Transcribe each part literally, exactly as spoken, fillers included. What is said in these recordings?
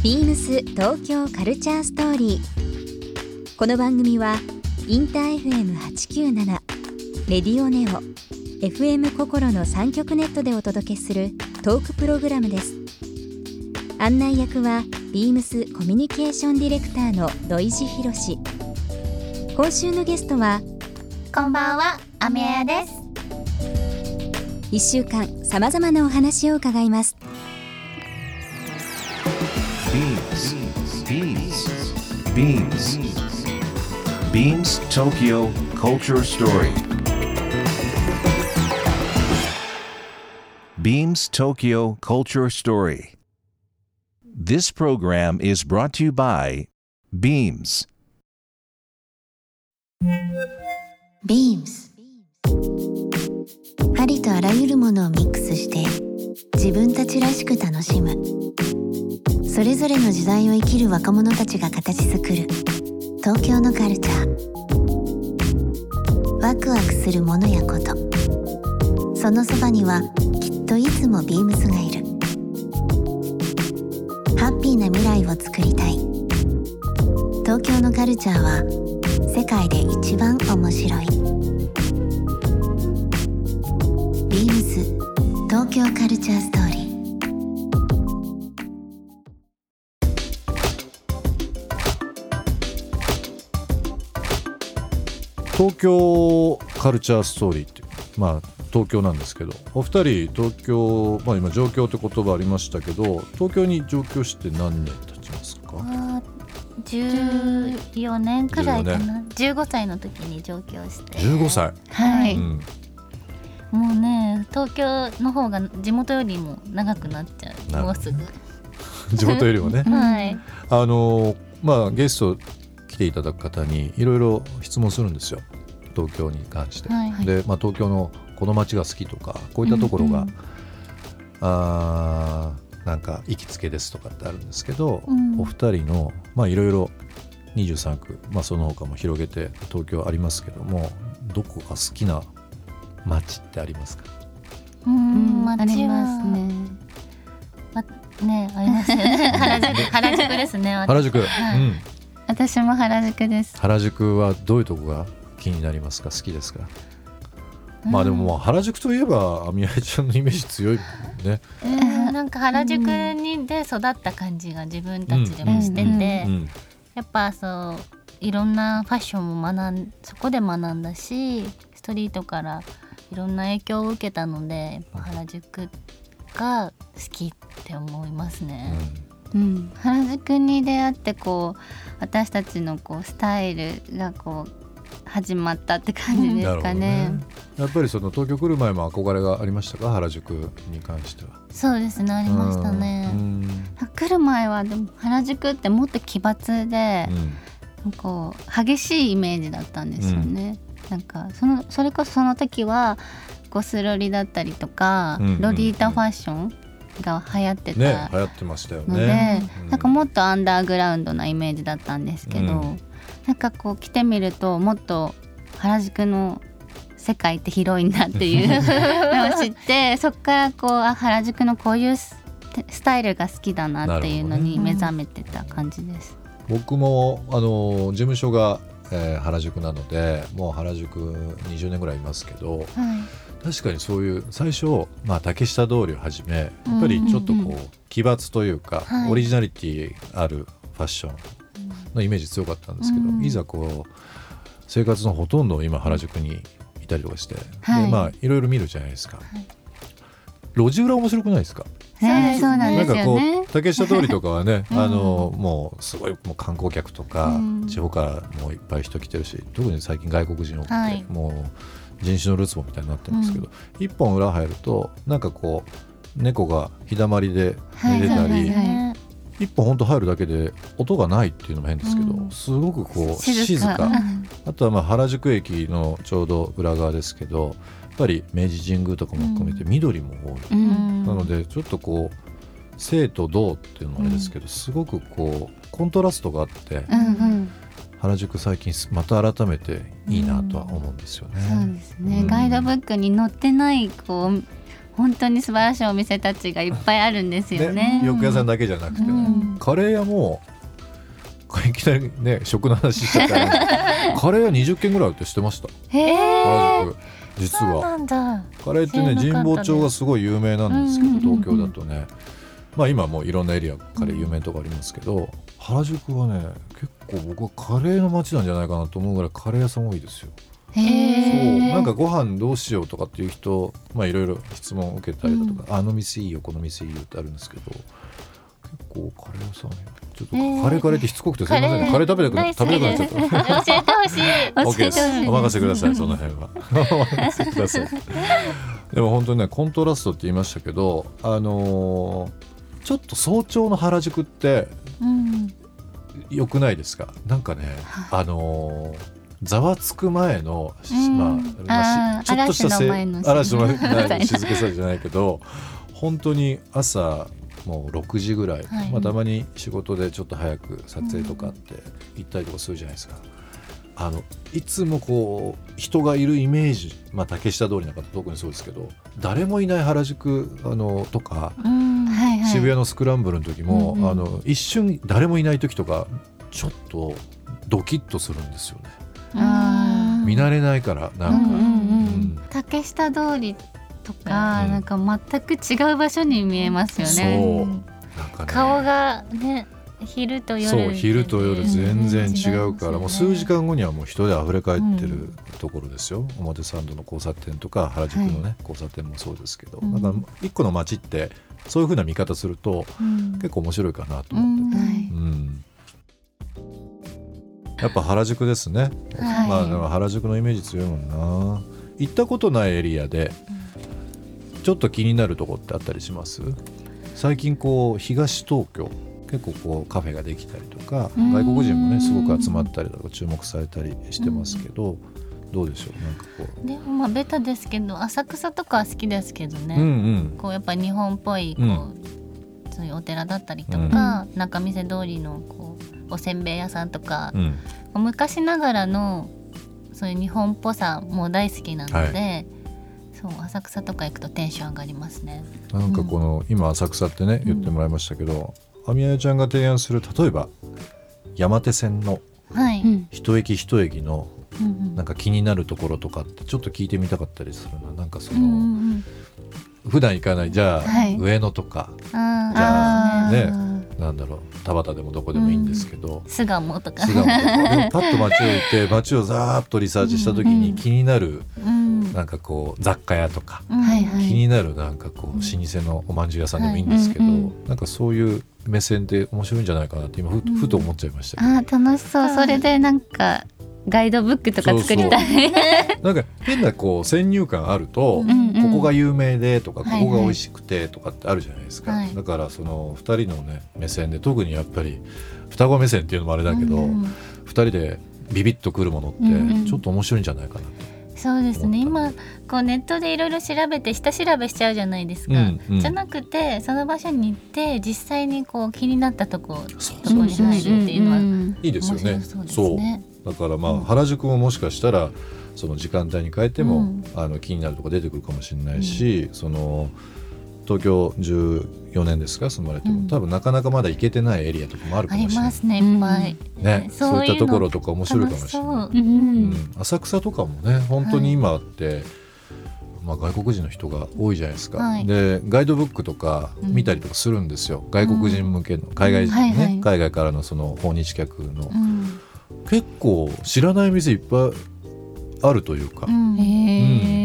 ビームス東京カルチャーストーリー。この番組はインター エフエムはちきゅうなな、レディオネオ、エフエム 心のさん局ネットでお届けするトークプログラムです。案内役はビームスコミュニケーションディレクターの土井博志。今週のゲストは、 こんばんは、アミヤです。 いっしゅうかんさまざまなお話を伺います。 ビームス ビームス ビームス Tokyo Culture Story. Beams Tokyo Culture Story. This program is brought to you by Beams. ビームス ありとあらゆるものをミックスして自分たちらしく楽しむ。それぞれの時代を生きる若者たちが形作る東京のカルチャー。ワクワクするものやこと、そのそばにはきっといつもビームスがいる。ハッピーな未来を作りたい。東京のカルチャーは世界で一番面白い。ビームス東京カルチャーストーリー。 東京カルチャーストーリーって、まあ東京なんですけど、お二人東京、まあ今上京って言葉ありましたけど、東京に上京して何年経ちますか？ あじゅうよねんくらいかな。じゅうごさいの時に上京して。 じゅうごさい。 はい、 うん、 もうね、東京の方が地元よりも長くなっちゃう。もうすぐ地元よりもねはい、 あのまあゲスト来ていただく方にいろいろ質問するんですよ、東京に関して、はい、で、まあ、東京のこの街が好きとか、こういったところが、うんうん、あなんか行きつけですとかってあるんですけど、うん、お二人のまあいろいろにじゅうさんく、まあ、その他も広げて東京ありますけども、どこか好きな街ってありますか？ うーん、街はありますね。ま、ね、ありますよね原宿、原宿ですね。 原宿、はい、うん、 私も原宿です。 原宿はどういうとこが気になりますか？好きですか？うん、まあでももう原宿といえばアミヤちゃんのイメージ強いね。 えー、なんか原宿にで育った感じが自分たちでもしてて、うんうんうん、やっぱそういろんなファッションも学んそこで学んだし、ストリートからいろんな影響を受けたので、やっぱ原宿が好きって思いますね。うんうん、原宿に出会ってこう私たちのこうスタイルがこう始まったって感じですか ね,、うん、ね。 やっぱりその東京来る前も憧れがありましたか？原宿に関しては。 そうですね、ありましたね。うん、来る前はでも原宿ってもっと奇抜で、うん、こう激しいイメージだったんですよね、うん、なんか そ, のそれこそその時はゴスロリだったりとか、うんうんうん、ロリータファッションが流行ってたので、 ね、流行ってましたよね、 うん、なんかもっとアンダーグラウンドなイメージだったんですけど、うん、なんかこう来てみるともっと原宿の世界って広いんだっていうのを知ってそこからこうあ原宿のこういうスタイルが好きだなっていうのに目覚めてた感じです、 うん、僕もあの事務所が、えー、原宿なのでもう原宿にじゅうねんぐらいいますけど、はい、確かにそういう最初、まあ、竹下通りをはじめやっぱりちょっとこう、うんうんうん、奇抜というか、はい、オリジナリティあるファッションのイメージ強かったんですけど、うん、いざこう生活のほとんど今原宿にいたりとかして、はい、でまあいろいろ見るじゃないですか、はい、路地裏面白くないですか？ そうなんですよね。 なんかこう竹下通りとかはね、うん、あのもうすごいもう観光客とか、うん、地方からもういっぱい人来てるし、特に最近外国人多くて、はい、もう人種のるつぼみたいになってますけど、うん、一本裏入るとなんかこう猫が日だまりで寝てたり、はいはいはいはい、一本ほんと入るだけで音がないっていうのも変ですけど、うん、すごくこう静か、静かあとはまあ原宿駅のちょうど裏側ですけど、やっぱり明治神宮とかも含めて緑も多い、うん、なのでちょっとこう静と動っていうのもあれですけど、うん、すごくこうコントラストがあって、うんうん、原宿最近また改めていいなとは思うんですよね、 うん、そうですね、うん、ガイドブックに載ってないこう本当に素晴らしいお店たちがいっぱいあるんですよ ね, ね洋服屋さんだけじゃなくてね、うん、カレー屋もいきなりね食の話しちゃったらカレー屋にじゅっけんぐらいあるって知ってました？ へ原宿実はそうなんだ。 カレーってね神保町がすごい有名なんですけど、 うんうんうんうん、 東京だとねまあ今もういろんなエリアカレー有名なとこありますけど、うん、原宿はね結構僕はカレーの街なんじゃないかなと思うぐらいカレー屋さん多いですよ。 へー。 そうなんかご飯どうしようとかっていう人まあいろいろ質問を受けたりだとか、うん、あの店いいよこの店いいよってあるんですけど結構カレー屋さんちょっとカレーカレーってしつこくてすみませんね、カレー食べたくな食べたくなっちゃった教えてほしい OK ですお任せくださいその辺はお任せくださいでも本当にねコントラストって言いましたけどあのー、ちょっと早朝の原宿って良くないですか？なんかねあのーざわつく前の、まあまあ、ちょっとしたせ嵐の前の静けさじゃないけど本当に朝もうろくじぐらい、はいまあ、たまに仕事でちょっと早く撮影とかって行ったりとかするじゃないですか、うん、あのいつもこう人がいるイメージ、まあ、竹下通りなんか特にそうですけど誰もいない原宿あのとか、うんはいはい、渋谷のスクランブルの時も、うんうん、あの一瞬誰もいない時とかちょっとドキッとするんですよね。あ見慣れないからなんか、うんうんうんうん、 竹下通りとか、うん、なんか全く違う場所に見えますよね。 そうなんかね顔がね昼と夜そう昼と夜全然違うから、うん、もう数時間後にはもう人で溢れ返ってるところですよ、うん、表参道の交差点とか原宿のね、はい、交差点もそうですけど、うん、なんか一個の街ってそういう風な見方すると、うん、結構面白いかなと思って、うんはいうんやっぱ原宿ですね、はいまあ、だから原宿のイメージ強いもんな。行ったことないエリアでちょっと気になるとこってあったりします？最近こう東東京結構こうカフェができたりとか外国人もねすごく集まったりとか注目されたりしてますけどどうでしょうなんかこうでもまあベタですけど浅草とかは好きですけどね、うんうん、こうやっぱ日本っぽいこう、うん、そういうお寺だったりとか、うん、仲見世通りのこうおせんべい屋さんとか、うん、昔ながらのそういう日本っぽさも大好きなので、はい、そう浅草とか行くとテンション上がりますね。 なんかこの、うん、今浅草ってね言ってもらいましたけど、あみあやちゃんが提案する例えば山手線の一駅一駅のなんか気になるところとかってちょっと聞いてみたかったりするな。なんかその、うんうん、普段行かないじゃあ、はい、上野とかじゃあねなんだろう田端でもどこでもいいんですけど、 うん、巣鴨とか巣鴨とかでもパッと街を行って街をざーっとリサーチした時に気になる、うん、なんかこう雑貨屋とか、うん、気になるなんかこう老舗のおまんじゅう屋さんでもいいんですけど、はい、なんかそういう目線で面白いんじゃないかなって今 ふ,、うん、ふと思っちゃいましたけど、 あ楽しそう。それでなんかガイドブックとか作りたい。 そうそうなんか変なこう先入観あると、うんうん、ここが有名でとかここが美味しくてとかってあるじゃないですか、はいはい、だからそのふたりの、ね、目線で特にやっぱり双子目線っていうのもあれだけど、うんうん、ふたりでビビッとくるものってちょっと面白いんじゃないかなと、うんうん、 そうですね。今こうネットでいろいろ調べて下調べしちゃうじゃないですか、うんうん、じゃなくてその場所に行って実際にこう気になったとこ、とこに入るっていうのは、うん、 いいですよね。そうですね。だからまあ原宿ももしかしたらその時間帯に変えても、うん、あの気になるとこ出てくるかもしれないし、うん、その東京じゅうよねんですか住まれても、うん、多分なかなかまだ行けてないエリアとかもあるかもしれない。 ありますねいっぱい、 ね、そういったところとか面白いかもしれない、うんうん、浅草とかもね本当に今って、はいまあ、外国人の人が多いじゃないですか、はい、でガイドブックとか見たりとかするんですよ、うん、外国人向けの海外人ね、はいはい、海外からのその訪日客の、うん結構知らない店いっぱいあるというか、うんうん、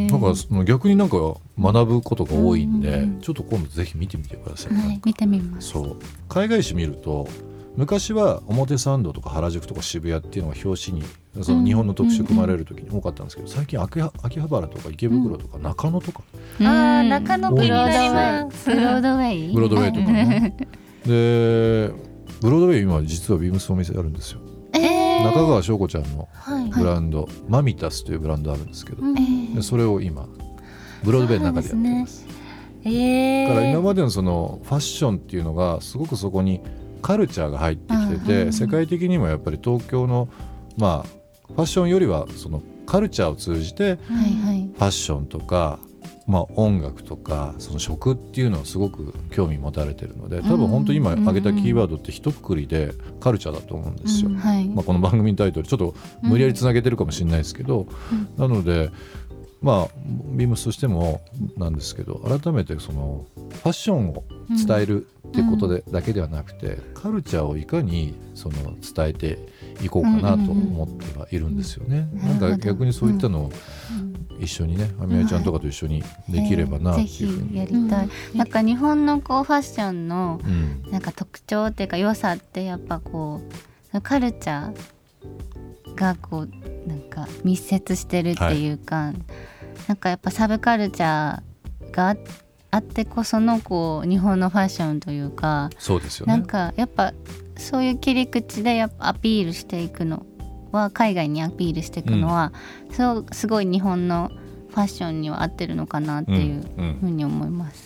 なんか逆になんか学ぶことが多いんで、うん、ちょっと今度ぜひ見てみてください、 はい、見てみます。 そう海外誌見ると昔は表参道とか原宿とか渋谷っていうのが表紙にその日本の特集組まれる時に多かったんですけど、最近秋葉原とか池袋とか中野とか、 うん、あ中野ブロードウェイブロードウェイブロードウェイとかねでブロードウェイ今実はビームスのお店あるんですよ。中川翔子ちゃんのブランド、はい、マミタスというブランドあるんですけど、えー、でそれを今ブロードウェイの中でやってます。 えー、 だから今までのそのファッションっていうのがすごくそこにカルチャーが入ってきてて、世界的にもやっぱり東京のまあファッションよりはそのカルチャーを通じてファッションとかまあ、音楽とかその食っていうのはすごく興味持たれてるので、多分本当に今挙げたキーワードって一括りでカルチャーだと思うんですよ、うんはいまあ、この番組のタイトルちょっと無理やりつなげてるかもしれないですけど、うん、なのでまあビームスとしてもなんですけど、改めてそのファッションを伝えるってことで、うん、だけではなくてカルチャーをいかにその伝えていこうかなと思ってはいるんですよね、うんうんうん、なんか逆にそういったのを一緒にね、あみあいちゃんとかと一緒にできればなっていうふうに、 えー、ぜひやりたい、うん、なんか日本のこうファッションのなんか特徴っていうか良さってやっぱこうカルチャーがこうなんか密接してるっていうか、はい、なんかやっぱサブカルチャーがあってこそのこう日本のファッションというか、 そうですよね、 なんかやっぱそういう切り口でやっぱアピールしていくのは、海外にアピールしていくのは、うん、そうすごい日本のファッションには合ってるのかなっていうふうに思います、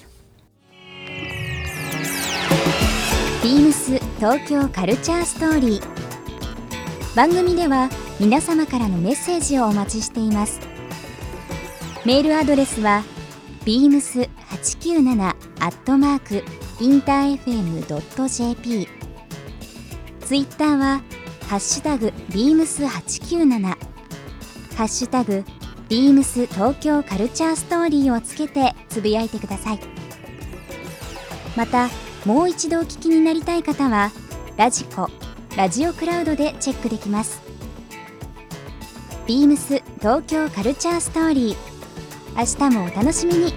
うんうん、ビームス東京カルチャーストーリー。番組では皆様からのメッセージをお待ちしています。メールアドレスは ビームスはちきゅうなな アットマーク インターエフエム ドット ジェーピー、 ツイッターはハッシュタグ ビームスはちきゅうなな、 ハッシュタグ ビームス 東京カルチャーストーリーをつけてつぶやいてください。またもう一度お聞きになりたい方はラジコ、ラジオクラウドでチェックできます。ビームス東京カルチャーストーリー、明日もお楽しみに。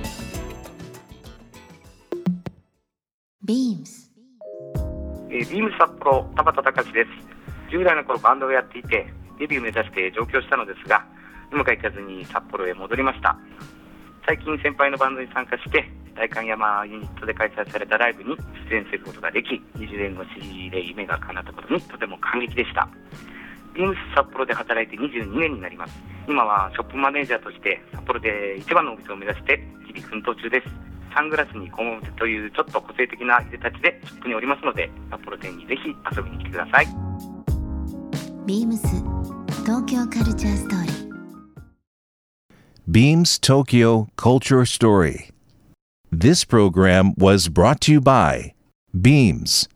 ビームス、 えー、ビームス札幌田畑隆です。じゅう代の頃バンドをやっていてデビューを目指して上京したのですが、うまくいかずに札幌へ戻りました。最近先輩のバンドに参加して代官山ユニットで開催されたライブに出演することができ、にじゅうねん越しで夢が叶ったことにとても感激でした。ビームス札幌で働いてにじゅうにねんになります。今はショップマネージャーとして札幌で一番のお店を目指して日々奮闘中です。サングラスに小物というちょっと個性的ないでたちでショップにおりますので、札幌店にぜひ遊びに来てください。 ビームス東京カルチャーストーリー。 ビームス Tokyo Culture Story. This program was brought to you by Beams.